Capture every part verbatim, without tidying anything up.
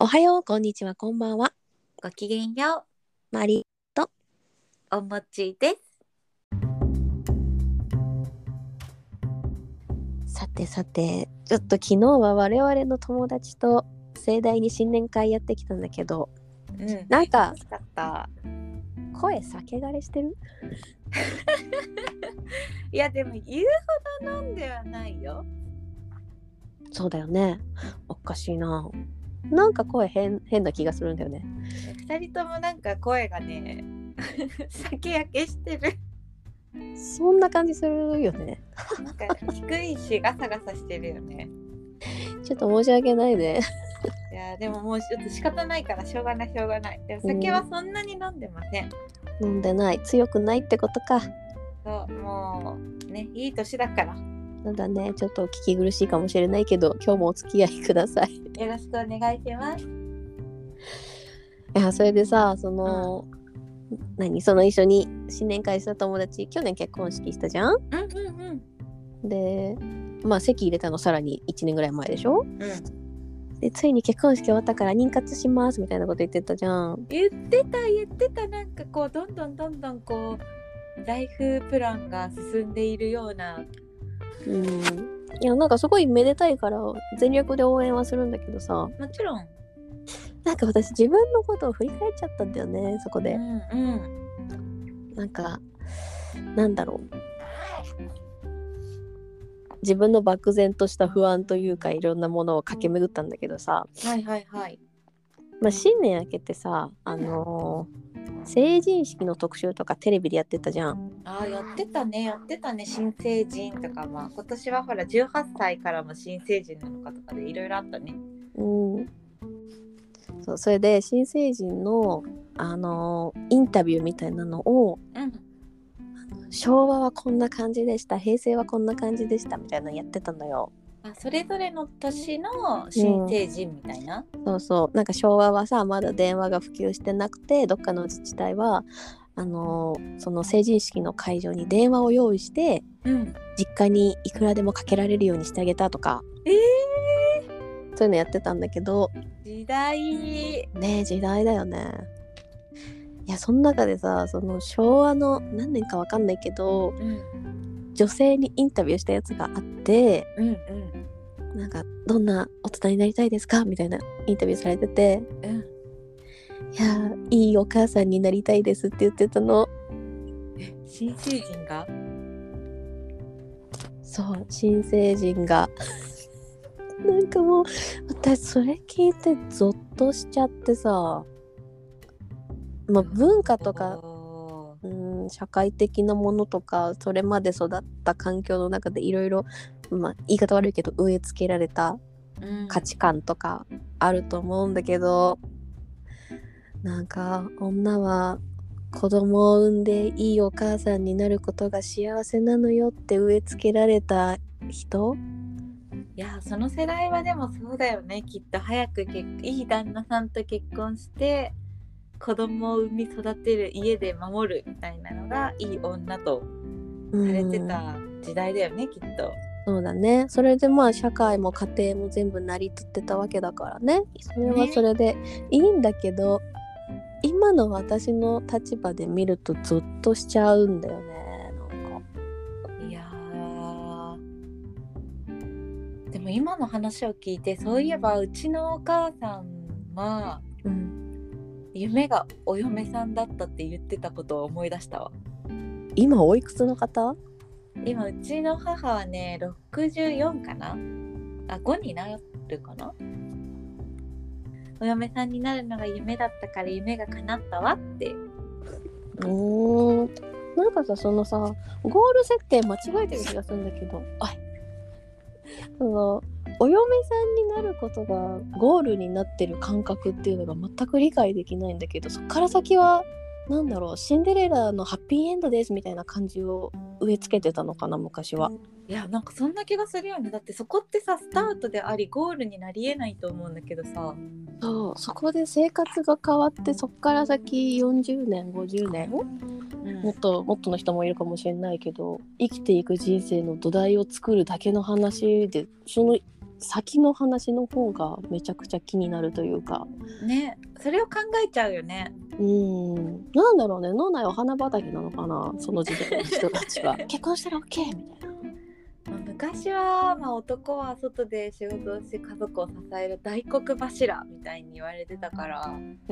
おはよう、こんにちは、こんばんは。 ごきげんよマリとう、おもちです。 さてさて、ちょっと昨日は我々の友達と盛大に新年会やってきたんだけど、 うん、 なんか楽しかった。 声酒枯れしてる？ いやでも言うほど飲んではないよ。 そうだよね。おかしいな。なんか声変変な気がするんだよね。 二人ともなんか声がね酒焼けしてる。 そんな感じするよね。 なんか低いしガサガサしてるよね。 ちょっと申し訳ないね。 いやでももうちょっと仕方ないからしょうがないしょうがない。でも酒はそんなに飲んでません。 飲んでない、強くないってことか。 そう、もうね、いい年だから。 なんだね、ちょっと聞き苦しいかもしれないけど、今日もお付き合いください。 よろしくお願いします。 いや、それでさ、その、うん、何その一緒に新年会した友達、去年結婚式したじゃん？ うんうんうん。で、まあ籍入れたのさらにいちねんぐらい前でしょ？ うん。 で、ついに結婚式終わったから妊活しますみたいなこと言ってたじゃん。 言ってた言ってた。なんかこうどんどんどんどんこうライフプランが進んでいるような。 うん。いや、なんかすごいめでたいから全力で応援はするんだけどさ、 もちろん。 なんか私自分のことを振り返っちゃったんだよね、そこで。 うんうん。 なんかなんだろう、自分の漠然とした不安というかいろんなものを駆け巡ったんだけどさ、 はいはいはい。 まあ、新年明けてさ、あのー、成人式の特集とかテレビでやってたじゃん。 ああやってたねやってたね。新成人とか、まあ今年はほらじゅうはっさいからも新成人なのかとかでいろいろあったね。 うん。そう、それで新成人の、あのー、インタビューみたいなのを、 うん。 昭和はこんな感じでした、平成はこんな感じでしたみたいなのやってたんだよ。 あ、それぞれの年の新成人みたいな、 うん、そうそう。なんか昭和はさまだ電話が普及してなくて、どっかの自治体はあのー、その成人式の会場に電話を用意して、 うん、 実家にいくらでもかけられるようにしてあげたとか、 えー、そういうのやってたんだけど、 時代ねえ時代だよね。いや、その中でさ、その昭和の何年かわかんないけど、うん、女性にインタビューしたやつがあって、 うんうん、 なんかどんな大人になりたいですかみたいなインタビューされてて、うん、いやいいお母さんになりたいですって言ってたの。 え、新成人が？ そう、新成人がなんかもう私それ聞いてゾッとしちゃってさ、まあ、文化とか、うん、社会的なものとか、それまで育った環境の中でいろいろ、まあ、言い方悪いけど植え付けられた価値観とかあると思うんだけど、うん、なんか女は子供を産んでいいお母さんになることが幸せなのよって植え付けられた人。 いや、その世代はでもそうだよね。きっと早く結いい旦那さんと結婚して子供を産み育てる、家で守るみたいなのがいい女とされてた時代だよね、きっと。 そうだね。それでまあ社会も家庭も全部成り立ってたわけだからね。それはそれでいいんだけど、ね、今の私の立場で見るとゾッとしちゃうんだよね。なんかいやー、でも今の話を聞いて、そういえばうちのお母さんは、うん、夢がお嫁さんだったって言ってたことを思い出したわ。 今おいくつの方？ 今うちの母はねろくじゅうよんかなあ、ごになるかな。お嫁さんになるのが夢だったから夢が叶ったわって。 うーん、なんかさ、そのさゴール設定間違えてる気がするんだけど、あそのお嫁さんになることがゴールになってる感覚っていうのが全く理解できないんだけど、そっから先はなんだろう、シンデレラのハッピーエンドですみたいな感じを植え付けてたのかな、昔は。 いや、なんかそんな気がするよね。だってそこってさ、スタートでありゴールになりえないと思うんだけどさ。 そう、そこで生活が変わって、そっから先よんじゅうねんごじゅうねん、うん、もっともっとの人もいるかもしれないけど、生きていく人生の土台を作るだけの話で、その先の話の方がめちゃくちゃ気になるというかね、それを考えちゃうよね。 うーんなんだろうね、脳内は花畑なのかなその時代の人たちは結婚したら OK みたいな。 昔は、まあ、男は外で仕事をして家族を支える大黒柱みたいに言われてたから、 うん、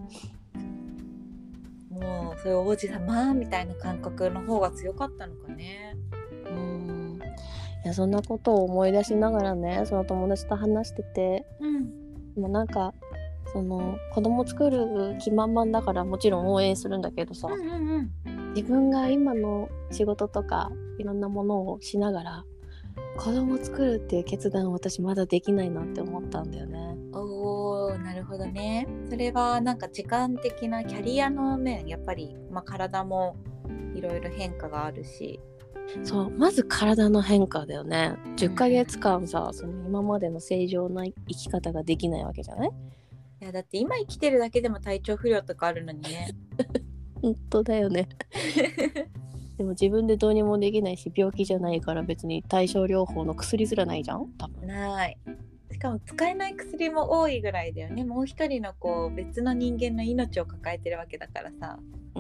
もうそういう王子様みたいな感覚の方が強かったのかね。 うんいやそんなことを思い出しながらね、その友達と話してて、 うん、 もうなんかその子供作る気満々だからもちろん応援するんだけどさ、 うんうんうん、 自分が今の仕事とかいろんなものをしながら子供作るっていう決断を私まだできないなって思ったんだよね。 おー、なるほどね。それはなんか時間的なキャリアの面、やっぱり、まあ、体もいろいろ変化があるし。 そうまず体の変化だよね。じゅっかげつかんさ、その今までの正常な生き方ができないわけじゃない？ いやだって今生きてるだけでも体調不良とかあるのにね。 本当だよね。でも自分でどうにもできないし病気じゃないから別に対症療法の薬すらないじゃん多分。 ない。しかも使えない薬も多いぐらいだよね。もう一人のこう別の人間の命を抱えてるわけだからさ。 うん。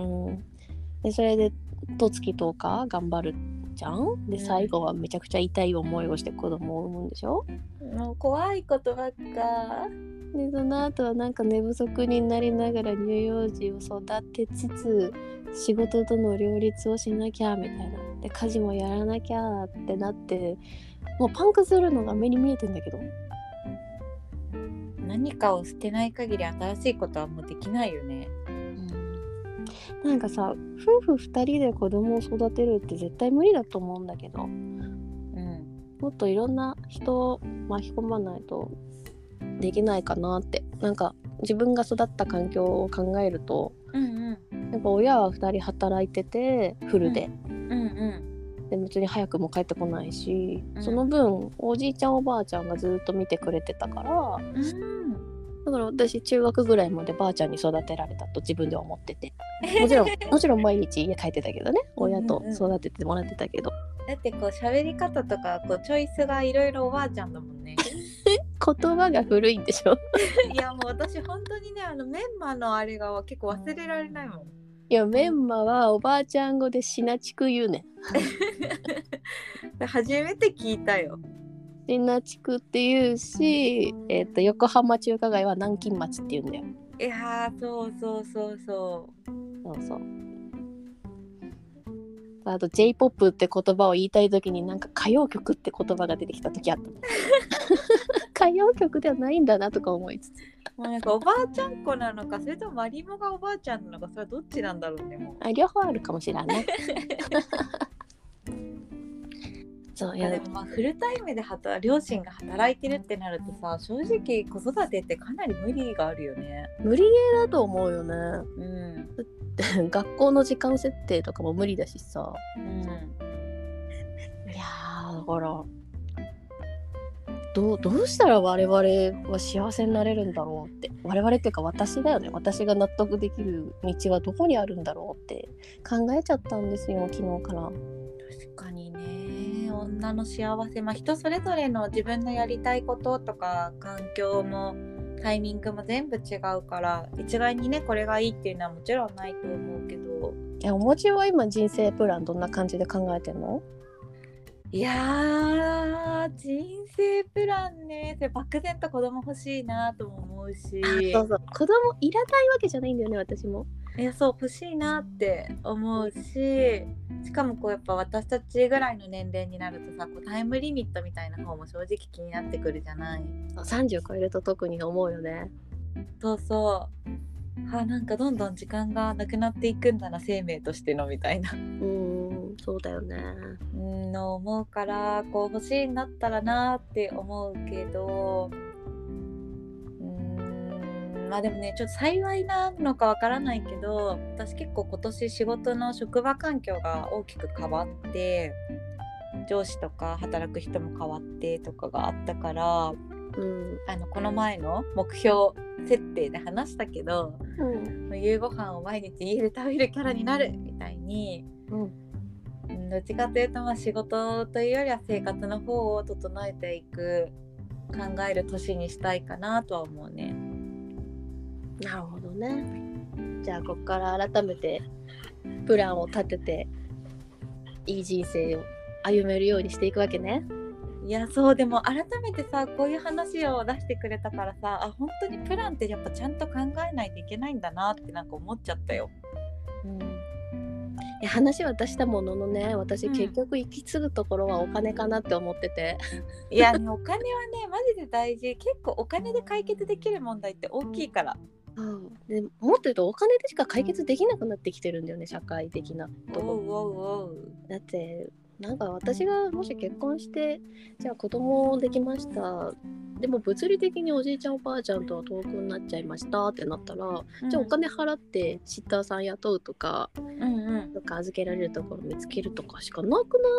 でそれで十月とおか頑張るじゃん。で最後はめちゃくちゃ痛い思いをして子供を産むんでしょ。 もう怖いことばっか。 でその後はなんか寝不足になりながら乳幼児を育てつつ仕事との両立をしなきゃみたいな。で家事もやらなきゃってなってもうパンクするのが目に見えてんだけど。 何かを捨てない限り新しいことはもうできないよね。 うん、なんかさ夫婦ふたりで子供を育てるって絶対無理だと思うんだけど、うん、もっといろんな人を巻き込まないとできないかなって。なんか自分が育った環境を考えると、うんうん、やっぱ親はふたり働いててフルで、うんうんうん、で別に早くも帰ってこないし、うん、その分おじいちゃんおばあちゃんがずっと見てくれてたから、うん、だから私中学ぐらいまでばあちゃんに育てられたと自分では思ってて、もちろんもちろん毎日家帰ってたけどね親と育ててもらってたけど、 だってこう喋り方とかこうチョイスがいろいろおばあちゃんだもんね。 言葉が古いんでしょ。 いやもう私本当にねあのメンマのあれが結構忘れられないもん。 いやメンマはおばあちゃん語でシナチク言うねん。 初めて聞いたよ。 シナチクって言うし、えー、と横浜中華街は南京町って言うんだよ。 いやーそうそうそうそうそうそう。あと J-ポップ って言葉を言いたい時になんか歌謡曲って言葉が出てきた時あった歌謡曲ではないんだなとか思いつつ、 もうなんかおばあちゃん子なのかそれともマリモがおばあちゃんなのかそれはどっちなんだろうね。もうあ両方あるかもしれないそういやでもまあフルタイムで働両親が働いてるってなるとさ正直子育てってかなり無理があるよね。 無理ゲーだと思うよね。うん学校の時間設定とかも無理だしさ、うん、いやーだからどう、どうしたら我々は幸せになれるんだろうって、我々っていうか私だよね、私が納得できる道はどこにあるんだろうって考えちゃったんですよ昨日から。 確かにね、女の幸せ、まあ人それぞれの自分のやりたいこととか環境もタイミングも全部違うから一概にねこれがいいっていうのはもちろんないと思うけど。 いやおもちは今人生プランどんな感じで考えてんの？ いやー人生プランね、それ漠然と子供欲しいなとも思うし。 そうそう子供いらないわけじゃないんだよね私も。 いやそう欲しいなって思うし、しかもこうやっぱ私たちぐらいの年齢になるとさこうタイムリミットみたいな方も正直気になってくるじゃない。 さんじゅう超えると特に思うよね。 そうそうはなんかどんどん時間がなくなっていくんだな生命としてのみたいなうんそうだよねうんの思うからこう欲しいんだったらなって思うけど、うーんまあでもねちょっと幸いなのかわからないけど私結構今年仕事の職場環境が大きく変わって上司とか働く人も変わってとかがあったから、うん、あのこの前の目標設定で話したけど、うん、夕ご飯を毎日家で食べるキャラになるみたいに、うん、どっちかというとまあ仕事というよりは生活の方を整えていく考える年にしたいかなとは思うね。 なるほどね。じゃあここから改めてプランを立てていい人生を歩めるようにしていくわけね。 いやそうでも改めてさこういう話を出してくれたからさあ本当にプランってやっぱちゃんと考えないといけないんだなってなんか思っちゃったよ。 うん、いや話は出したもののね私結局行き継ぐところはお金かなって思ってて、 うん、いや、ね、お金はねマジで大事。結構お金で解決できる問題って大きいから、 うん、でもっと言うとお金でしか解決できなくなってきてるんだよね社会的なとこ。 おうおうおう。 だってなんか私がもし結婚してじゃあ子供できましたでも物理的におじいちゃんおばあちゃんとは遠くになっちゃいましたってなったら、うん、じゃあお金払ってシッターさん雇うとか、うんうん、とか預けられるところ見つけるとかしかなくない？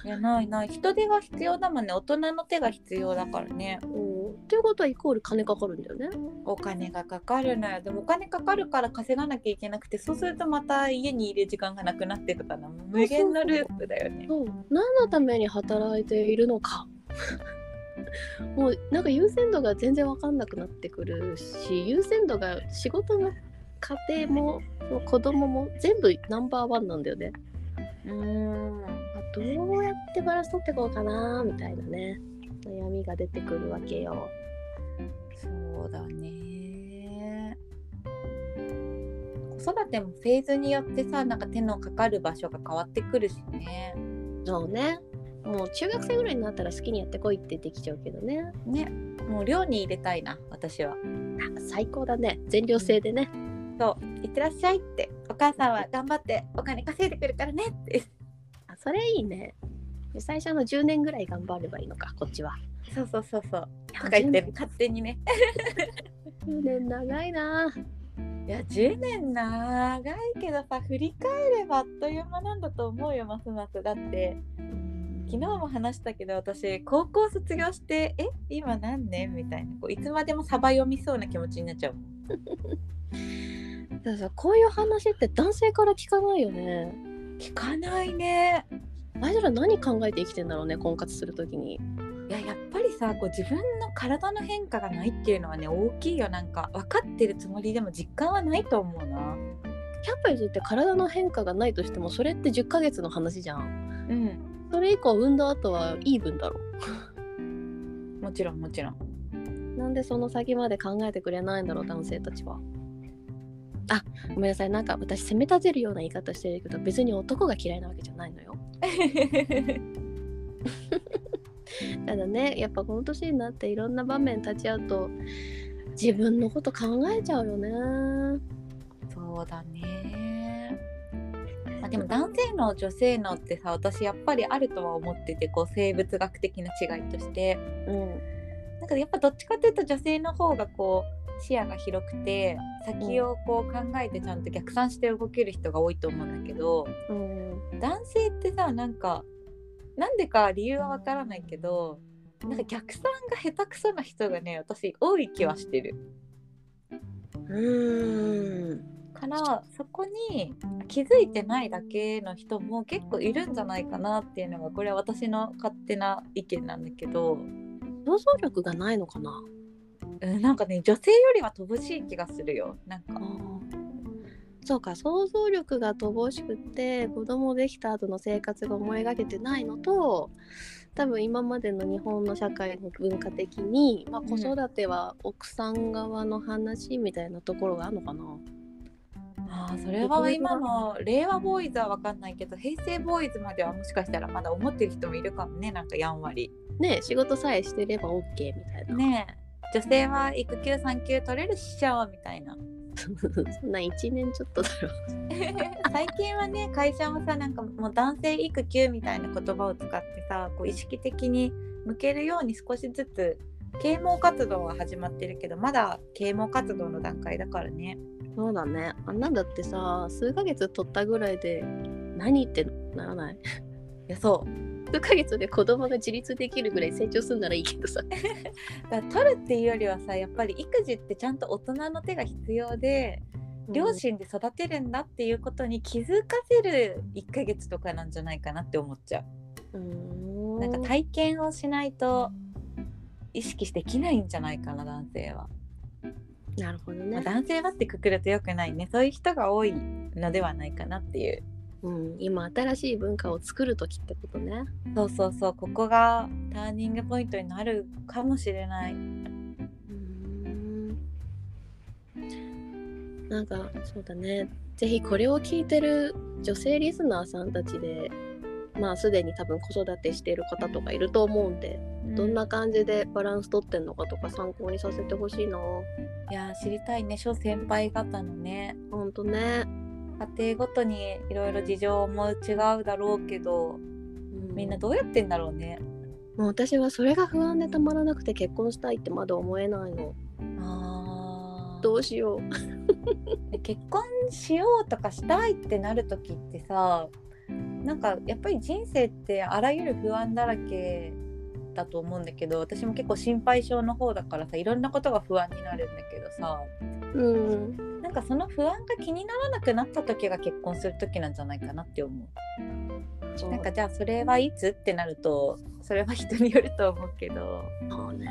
いやないない。人手が必要だもんね。大人の手が必要だからね。 っていうことはイコール金かかるんだよね。 お金がかかるのよ。でもお金かかるから稼がなきゃいけなくてそうするとまた家にいる時間がなくなってとかな無限のループだよね。 そう何のために働いているのかもうなんか優先度が全然分かんなくなってくるし優先度が仕事も家庭も子供も全部ナンバーワンなんだよね。うーんどうやってバランス取っていこうかなみたいなね悩みが出てくるわけよ。 そうだね。子育てもフェーズによってさなんか手のかかる場所が変わってくるしね。 そうね。もう中学生ぐらいになったら好きにやってこいってできちゃうけどね。 ね。もう寮に入れたいな私は。 あ最高だね。全寮制でね。 そう行ってらっしゃいってお母さんは頑張ってお金稼いでくるからねってあそれいいね。最初のじゅうねんぐらい頑張ればいいのかこっちは。 そうそうそうそうとか言ってる勝手にねじゅうねん長いな。 いやじゅうねん長いけどさ振り返ればあっという間なんだと思うよますます。だって昨日も話したけど私高校卒業してえ今何年みたいなこういつまでもサバ読みそうな気持ちになっちゃうもんだからさこういう話って男性から聞かないよね。 聞かないね。 あいつら何考えて生きてんだろうね婚活するときに。 いややっぱりさこう自分の体の変化がないっていうのはね大きいよ。なんか分かってるつもりでも実感はないと思うな。 キャンプについて体の変化がないとしてもそれってじゅっかげつの話じゃん。うんそれ以降産んだ後はイーブンだろもちろんもちろん。なんでその先まで考えてくれないんだろう男性たちは。あごめんなさいなんか私責め立てるような言い方してるけど別に男が嫌いなわけじゃないのよただねやっぱこの年になっていろんな場面立ち会うと自分のこと考えちゃうよね。 そうだね。まあ、でも男性の女性のってさ私やっぱりあるとは思っててこう生物学的な違いとして、うん、なんかやっぱどっちかというと女性の方がこう視野が広くて先をこう考えてちゃんと逆算して動ける人が多いと思うんだけど、うん、男性ってさなんかなんでか理由はわからないけどなんか逆算が下手くそな人がね私多い気はしてる。うーんからそこに気づいてないだけの人も結構いるんじゃないかなっていうのがこれは私の勝手な意見なんだけど。 想像力がないのかな。 なんかね女性よりは乏しい気がするよ。なんかそうか想像力が乏しくて子供できた後の生活が思い描けてないのと多分今までの日本の社会の文化的に、まあ、子育ては奥さん側の話みたいなところがあるのかな、うん、 あそれは今の令和ボーイズは分かんないけど平成ボーイズまではもしかしたらまだ思ってる人もいるかもね。なんかやんわりね仕事さえしてれば OK みたいなね女性は育休産休取れるっしょみたいなそんないちねんちょっとだろ最近はね会社もさなんかもう男性育休みたいな言葉を使ってさこう意識的に向けるように少しずつ啓蒙活動は始まってるけどまだ啓蒙活動の段階だからね。 そうだね。あんなんだってさ数ヶ月取ったぐらいで何ってならない？いやそう数ヶ月で子供が自立できるぐらい成長するならいいけどさだから取るっていうよりはさやっぱり育児ってちゃんと大人の手が必要で、うん、両親で育てるんだっていうことに気づかせるいっかげつとかなんじゃないかなって思っちゃう。うーんなんか体験をしないと意識できないんじゃないかな、男性は。 なるほどね、 まあ、男性はってくくるとよくないね。そういう人が多いのではないかなっていう、 うん、今新しい文化を作る時ってことね。 そうそうそう、ここがターニングポイントになるかもしれない。 うーん、なんかそうだね、ぜひこれを聞いてる女性リスナーさんたちで、まあすでに多分子育てしている方とかいると思うんで、うん、どんな感じでバランス取ってんのかとか参考にさせてほしいな。 いや知りたいね、諸先輩方のね。 ほんとね、 家庭ごとにいろいろ事情も違うだろうけど、うん、みんなどうやってんだろうね。 もう私はそれが不安でたまらなくて結婚したいってまだ思えないの。 あー、 どうしよう結婚しようとかしたいってなる時ってさ、なんかやっぱり人生ってあらゆる不安だらけだと思うんだけど、私も結構心配性の方だからさ、いろんなことが不安になるんだけどさ、うん、なんかその不安が気にならなくなった時が結婚する時なんじゃないかなって思う。なんかじゃあそれはいつってなると、それは人によると思うけど、 そうね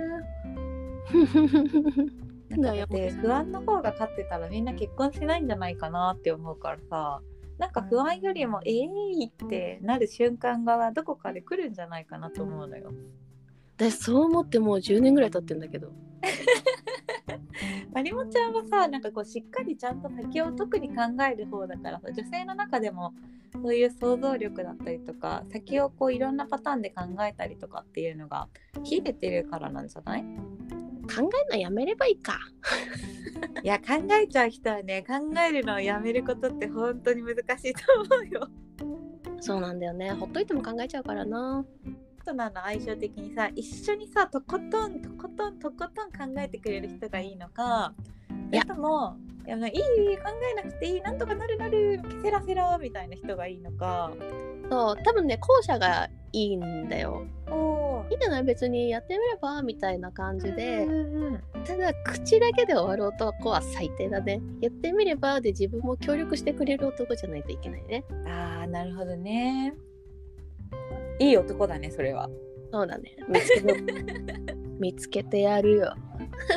なんかで不安の方が勝ってたらみんな結婚しないんじゃないかなって思うからさ、なんか不安よりもえーってなる瞬間がどこかで来るんじゃないかなと思うのよ。 私そう思ってもうじゅうねんぐらい経ってんだけどまりもちゃんはさ、なんかこうしっかりちゃんと先を特に考える方だからさ、女性の中でもそういう想像力だったりとか、先をこういろんなパターンで考えたりとかっていうのが秀でてるからなんじゃない？ 考えるのやめればいいかいや考えちゃう人はね、考えるのをやめることって本当に難しいと思うよ。 そうなんだよね、ほっといても考えちゃうからな。 パートナーの相性的にさ、一緒にさとことんとことんとことん考えてくれる人がいいのか、それともいやいい考えなくていい、なんとかなるなるセラセラみたいな人がいいのか。 そう多分ね、後者がいいんだよ。 おいいんじゃない、別にやってみればみたいな感じで、 うんうん、 ただ口だけで終わる男は最低だね。やってみればで自分も協力してくれる男じゃないといけないね。 あー、なるほどね。いい男だね、それは。 そうだね、見つけ見つけてやるよ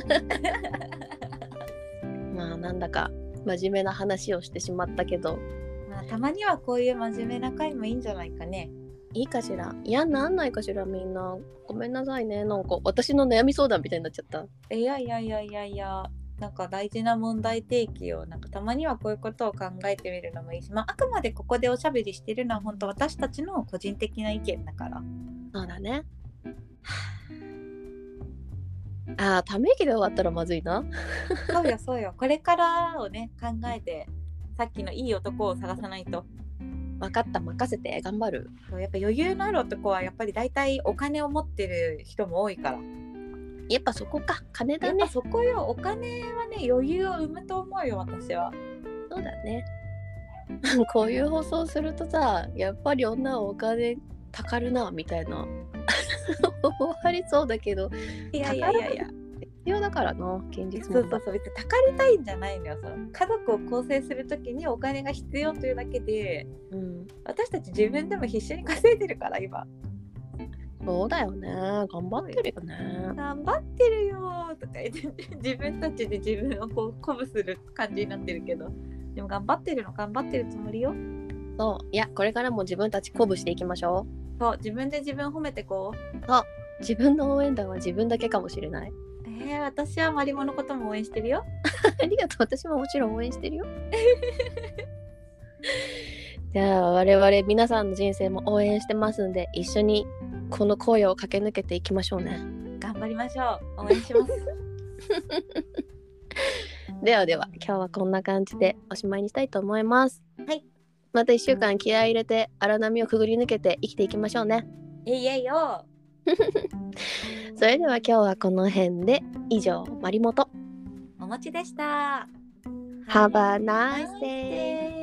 まあなんだか真面目な話をしてしまったけど、 まあ、たまにはこういう真面目な回もいいんじゃないかね。 いいかしら。いや、なんないかしら。みんなごめんなさいね、なんか私の悩み相談みたいになっちゃった。 いやいやいやいやいや、なんか大事な問題提起を、なんかたまにはこういうことを考えてみるのもいいし、まあ、あくまでここでおしゃべりしてるのは本当私たちの個人的な意見だから。 そうだね。あー、ため息で終わったらまずいなそうよそうよ、これからをね考えて、さっきのいい男を探さないと。 分かった、任せて、頑張る。 やっぱ余裕のある男はやっぱり大体お金を持ってる人も多いから。 やっぱそこか、金だね。 やっぱそこよ、お金はね余裕を生むと思うよ、私は。 そうだねこういう放送するとさ、やっぱり女はお金たかるなみたいな終わりそうだけど、 いやいやいやいや、 必要だからな、現実も。そうそうそう、別にたかりたいんじゃないのよ。その家族を構成するときにお金が必要というだけで、うん、私たち自分でも必死に稼いでるから今。 そうだよね、頑張ってるよね。 頑張ってるよとか言って自分たちで自分をこう鼓舞する感じになってるけど、でも頑張ってるの頑張ってるつもりよ。 そう、いやこれからも自分たち鼓舞していきましょう。そう、自分で自分褒めてこう。 そう、自分の応援団は自分だけかもしれない。 えー、私はマリモのことも応援してるよありがとう、私ももちろん応援してるよじゃあ我々皆さんの人生も応援してますんで、一緒にこの荒野を駆け抜けていきましょうね。 頑張りましょう、応援しますではでは、今日はこんな感じでおしまいにしたいと思います。 はい、 またいっしゅうかん気合い入れて荒波をくぐり抜けて生きていきましょうね。 いえいえよそれでは今日はこの辺で、以上マリモとおもちでした。 Have a nice day.